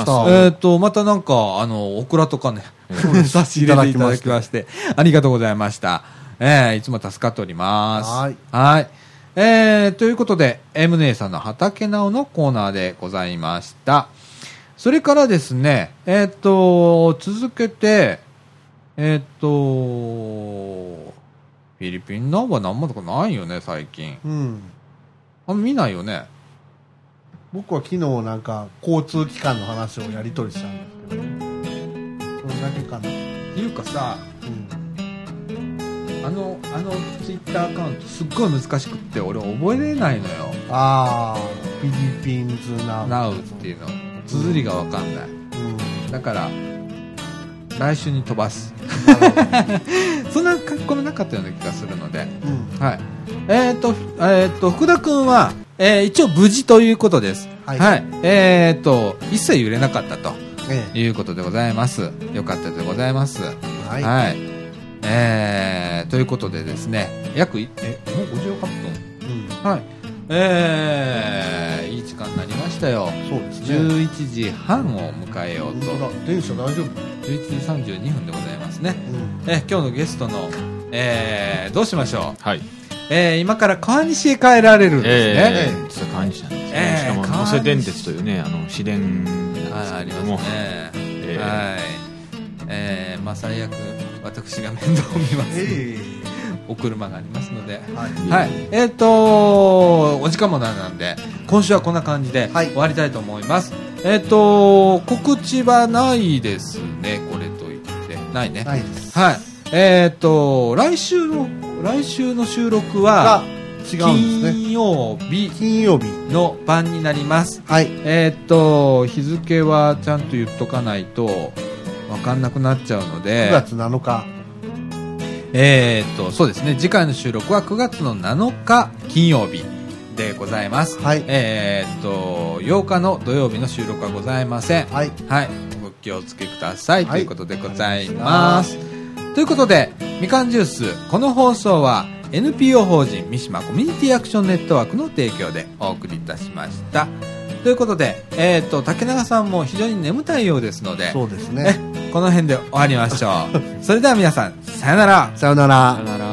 またなんか、オクラとかね、差し入れていただきまして、ありがとうございました。いつも助かっております。はい。ということで、M 姉さんの畑直のコーナーでございました。それからですね、続けて、フィリピンナンバーなんもとかないよね、最近。あんま見ないよね。 僕は昨日なんか交通機関の話をやり取りしたんですけど、それだけかな。っていうかさ、ツイッターアカウントすっごい難しくって俺覚えれないのよ。 フィリピンズナウっていうの綴りが分かんない。だから来週に飛ばすそんな格好もなかったような気がするので、はい、福田君は、一応無事ということです。はい、はい、一切揺れなかったということでございます。よかったでございます。はい、はい、ということでですね、約もう58分、はい、いい時間になりましたよ。そうですね、11時半を迎えようと。 電車大丈夫 ？11時32分でございますね。今日のゲストの、どうしましょう。はい、今から川西へ帰られるんですね。 川西なんですね。しかも能勢電鉄というね、市電ありますね。はい、まあ最悪私が面倒を見ます。お車がありますので、はい、お時間もなんで今週はこんな感じで終わりたいと思います。告知はないですね。これといってないね。ないです。はい。来週の収録は金曜日の晩になります。はい。日付はちゃんと言っとかないと分かんなくなっちゃうので。 9月7日。 そうですね。次回の収録は9月の7日金曜日でございます。はい。8日の土曜日の収録はございません。はい。はい。ご気をつけください、ということでございます。ということで、みかんジュース、この放送は NPO 法人三島コミュニティアクションネットワークの提供でお送りいたしました。ということで、竹永さんも非常に眠たいようですので、そうですね。この辺で終わりましょう。それでは皆さん、さよなら。 さよなら。さよなら。